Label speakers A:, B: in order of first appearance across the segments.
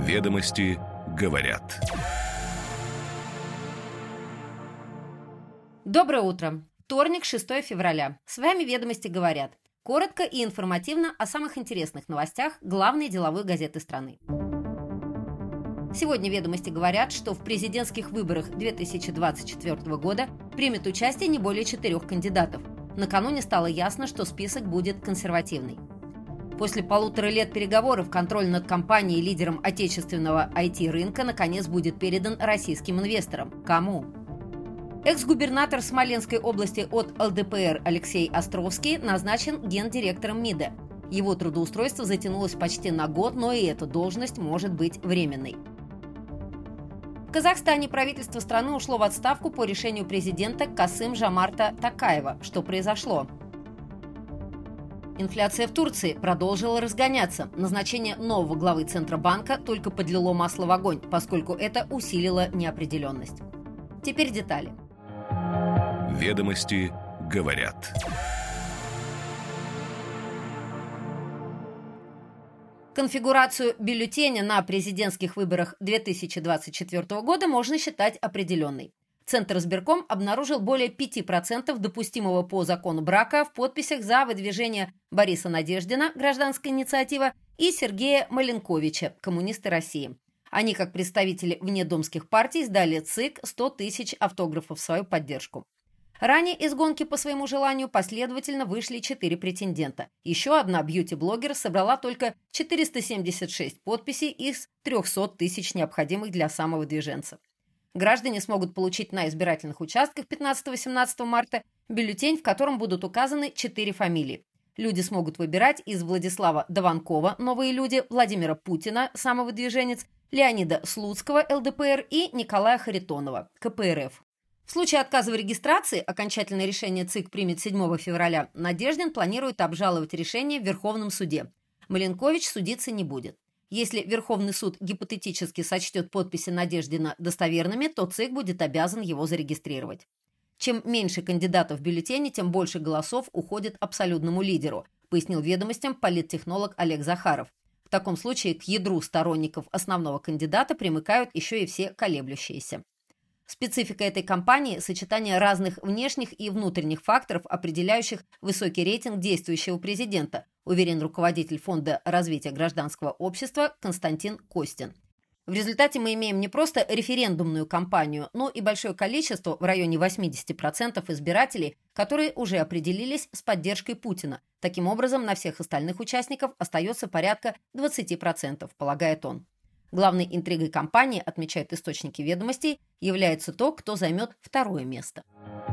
A: Ведомости говорят.
B: Доброе утро. Вторник, 6 февраля. С вами «Ведомости говорят». Коротко и информативно о самых интересных новостях главной деловой газеты страны. Сегодня «Ведомости говорят», что в президентских выборах 2024 года примет участие не более 4 кандидатов. Накануне стало ясно, что список будет консервативный. После 1,5 лет переговоров контроль над компанией лидером отечественного IT-рынка наконец будет передан российским инвесторам. Кому? Экс-губернатор Смоленской области от ЛДПР Алексей Островский назначен гендиректором МИДа. Его трудоустройство затянулось почти на год, но и эта должность может быть временной. В Казахстане правительство страны ушло в отставку по решению президента Касым-Жомарта Токаева. Что произошло? Инфляция в Турции продолжила разгоняться. Назначение нового главы Центробанка только подлило масло в огонь, поскольку это усилило неопределенность. Теперь детали.
A: Ведомости говорят.
B: Конфигурацию бюллетеня на президентских выборах 2024 года можно считать определенной. Центризбирком обнаружил более 5% допустимого по закону брака в подписях за выдвижение Бориса Надеждина, гражданская инициатива, и Сергея Маленковича, коммунисты России. Они, как представители внедомских партий, сдали ЦИК 100 тысяч автографов в свою поддержку. Ранее из гонки по своему желанию последовательно вышли 4 претендента. Еще одна бьюти-блогер собрала только 476 подписей из 300 тысяч необходимых для самовыдвиженца. Граждане смогут получить на избирательных участках 15-18 марта бюллетень, в котором будут указаны 4 фамилии. Люди смогут выбирать из Владислава Дованкова, новые люди, Владимира Путина, самовыдвиженец, Леонида Слуцкого, ЛДПР, и Николая Харитонова, КПРФ. В случае отказа в регистрации, окончательное решение ЦИК примет 7 февраля, Надеждин планирует обжаловать решение в Верховном суде. Маленкович судиться не будет. Если Верховный суд гипотетически сочтет подписи Надеждина достоверными, то ЦИК будет обязан его зарегистрировать. Чем меньше кандидатов в бюллетене, тем больше голосов уходит абсолютному лидеру, пояснил «Ведомостям» политтехнолог Олег Захаров. В таком случае к ядру сторонников основного кандидата примыкают еще и все колеблющиеся. Специфика этой кампании – сочетание разных внешних и внутренних факторов, определяющих высокий рейтинг действующего президента, уверен руководитель Фонда развития гражданского общества Константин Костин. В результате мы имеем не просто референдумную кампанию, но и большое количество, в районе 80% избирателей, которые уже определились с поддержкой Путина. Таким образом, на всех остальных участников остается порядка 20%, полагает он. Главной интригой кампании, отмечают источники «Ведомостей», является то, кто займет второе место.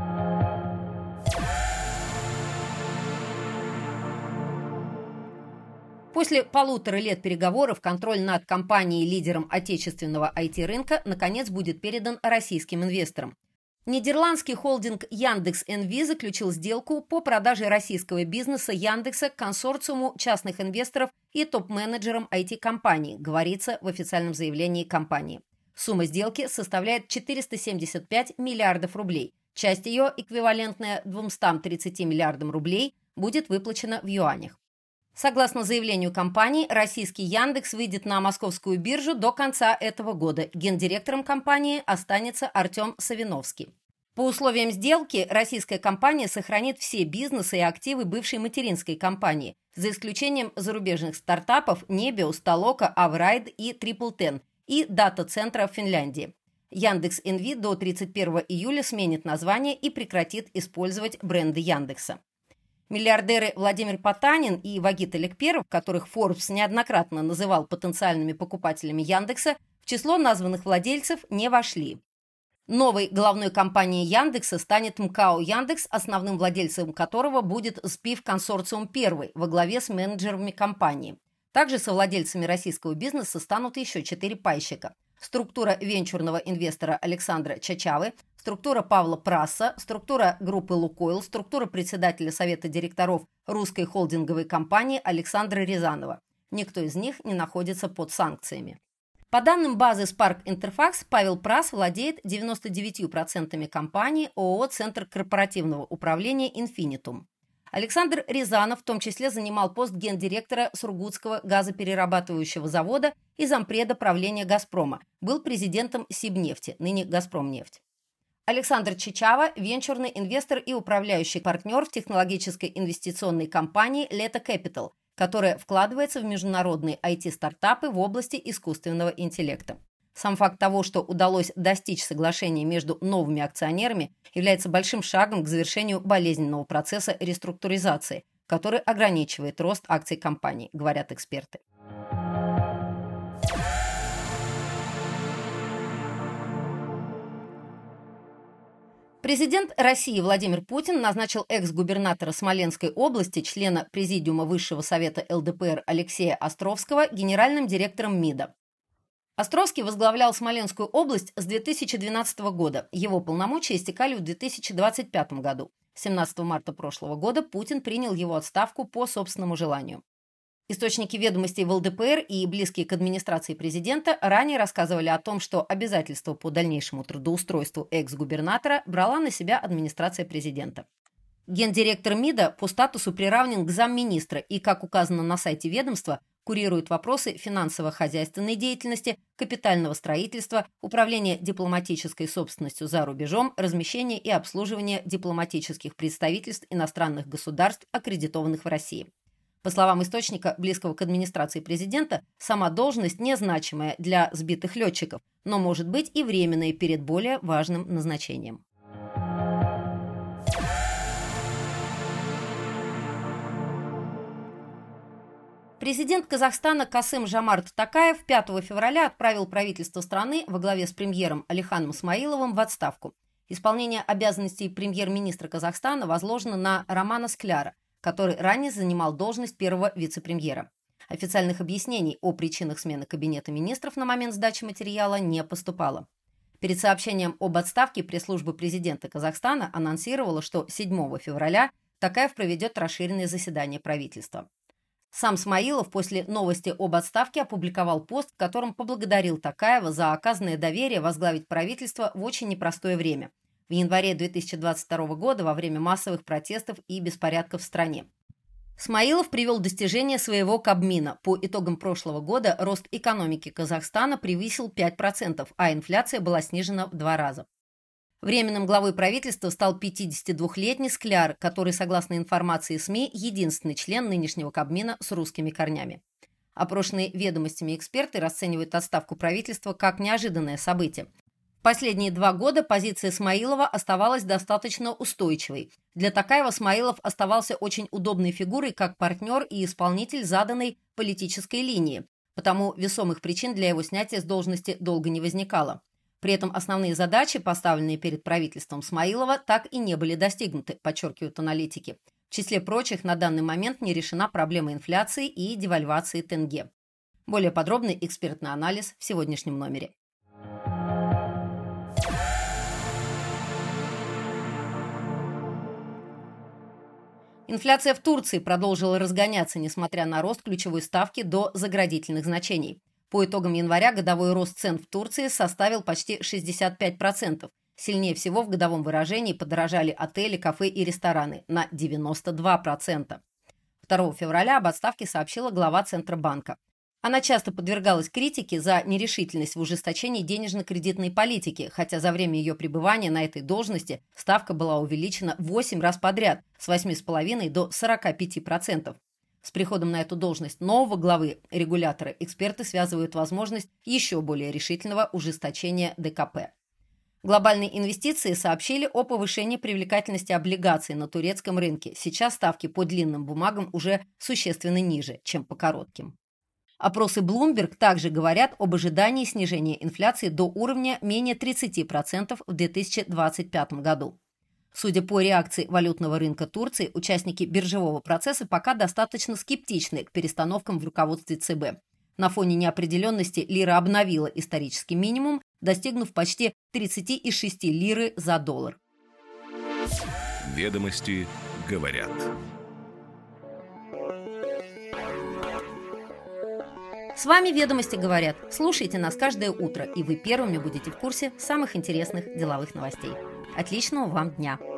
B: После 1,5 лет переговоров контроль над компанией лидером отечественного IT-рынка наконец будет передан российским инвесторам. Нидерландский холдинг Яндекс.НВ заключил сделку по продаже российского бизнеса Яндекса консорциуму частных инвесторов и топ-менеджерам IT-компаний, говорится в официальном заявлении компании. Сумма сделки составляет 475 миллиардов рублей. Часть ее, эквивалентная 230 миллиардам рублей, будет выплачена в юанях. Согласно заявлению компании, российский Яндекс выйдет на московскую биржу до конца этого года. Гендиректором компании останется Артем Савиновский. По условиям сделки российская компания сохранит все бизнесы и активы бывшей материнской компании, за исключением зарубежных стартапов Nebius, Толока, Аврайд и TripleTen и дата-центра в Финляндии. Яндекс.НВ до 31 июля сменит название и прекратит использовать бренды Яндекса. Миллиардеры Владимир Потанин и Вагит Алекперов, которых Forbes неоднократно называл потенциальными покупателями Яндекса, в число названных владельцев не вошли. Новой головной компанией Яндекса станет МКАО Яндекс, основным владельцем которого будет СПИФ Консорциум Первый во главе с менеджерами компании. Также совладельцами российского бизнеса станут еще 4 пайщика. Структура венчурного инвестора Александра Чачавы, структура Павла Прасса, структура группы «Лукойл», структура председателя совета директоров русской холдинговой компании Александра Рязанова. Никто из них не находится под санкциями. По данным базы Spark Interfax, Павел Прасс владеет 99% компании ООО «Центр корпоративного управления Инфинитум». Александр Рязанов в том числе занимал пост гендиректора Сургутского газоперерабатывающего завода и зампреда правления «Газпрома», был президентом Сибнефти, ныне «Газпромнефть». Александр Чичава – венчурный инвестор и управляющий партнер в технологической инвестиционной компании Leta Capital, которая вкладывается в международные IT-стартапы в области искусственного интеллекта. Сам факт того, что удалось достичь соглашения между новыми акционерами, является большим шагом к завершению болезненного процесса реструктуризации, который ограничивает рост акций компании, говорят эксперты. Президент России Владимир Путин назначил экс-губернатора Смоленской области, члена Президиума Высшего совета ЛДПР Алексея Островского, генеральным директором МИДа. Островский возглавлял Смоленскую область с 2012 года. Его полномочия истекали в 2025 году. 17 марта прошлого года Путин принял его отставку по собственному желанию. Источники ведомостей в ЛДПР и близкие к администрации президента ранее рассказывали о том, что обязательства по дальнейшему трудоустройству экс-губернатора брала на себя администрация президента. Гендиректор МИДа по статусу приравнен к замминистра и, как указано на сайте ведомства, курирует вопросы финансово-хозяйственной деятельности, капитального строительства, управления дипломатической собственностью за рубежом, размещения и обслуживания дипломатических представительств иностранных государств, аккредитованных в России. По словам источника, близкого к администрации президента, сама должность незначимая для сбитых летчиков, но может быть и временной перед более важным назначением. Президент Казахстана Касым-Жомарт Токаев 5 февраля отправил правительство страны во главе с премьером Алиханом Смаиловым в отставку. Исполнение обязанностей премьер-министра Казахстана возложено на Романа Скляра, который ранее занимал должность первого вице-премьера. Официальных объяснений о причинах смены кабинета министров на момент сдачи материала не поступало. Перед сообщением об отставке пресс-служба президента Казахстана анонсировала, что 7 февраля Токаев проведет расширенное заседание правительства. Сам Смаилов после новости об отставке опубликовал пост, в котором поблагодарил Токаева за оказанное доверие возглавить правительство в очень непростое время. В январе 2022 года во время массовых протестов и беспорядков в стране. Смаилов привел достижения своего Кабмина. По итогам прошлого года рост экономики Казахстана превысил 5%, а инфляция была снижена в 2 раза. Временным главой правительства стал 52-летний Скляр, который, согласно информации СМИ, единственный член нынешнего Кабмина с русскими корнями. Опрошенные ведомостями эксперты расценивают отставку правительства как неожиданное событие. В последние 2 года позиция Смаилова оставалась достаточно устойчивой. Для Токаева Смаилов оставался очень удобной фигурой как партнер и исполнитель заданной политической линии, потому весомых причин для его снятия с должности долго не возникало. При этом основные задачи, поставленные перед правительством Смаилова, так и не были достигнуты, подчеркивают аналитики. В числе прочих, на данный момент не решена проблема инфляции и девальвации тенге. Более подробный экспертный анализ в сегодняшнем номере. Инфляция в Турции продолжила разгоняться, несмотря на рост ключевой ставки до заградительных значений. По итогам января годовой рост цен в Турции составил почти 65%. Сильнее всего в годовом выражении подорожали отели, кафе и рестораны на 92%. 2 февраля об отставке сообщила глава Центробанка. Она часто подвергалась критике за нерешительность в ужесточении денежно-кредитной политики, хотя за время ее пребывания на этой должности ставка была увеличена 8 раз подряд с 8,5% до 45%. С приходом на эту должность нового главы регулятора эксперты связывают возможность еще более решительного ужесточения ДКП. Глобальные инвестиции сообщили о повышении привлекательности облигаций на турецком рынке. Сейчас ставки по длинным бумагам уже существенно ниже, чем по коротким. Опросы Bloomberg также говорят об ожидании снижения инфляции до уровня менее 30% в 2025 году. Судя по реакции валютного рынка Турции, участники биржевого процесса пока достаточно скептичны к перестановкам в руководстве ЦБ. На фоне неопределенности лира обновила исторический минимум, достигнув почти 36 лиры за доллар.
A: Ведомости говорят.
B: С вами «Ведомости говорят». Слушайте нас каждое утро, и вы первыми будете в курсе самых интересных деловых новостей. Отличного вам дня!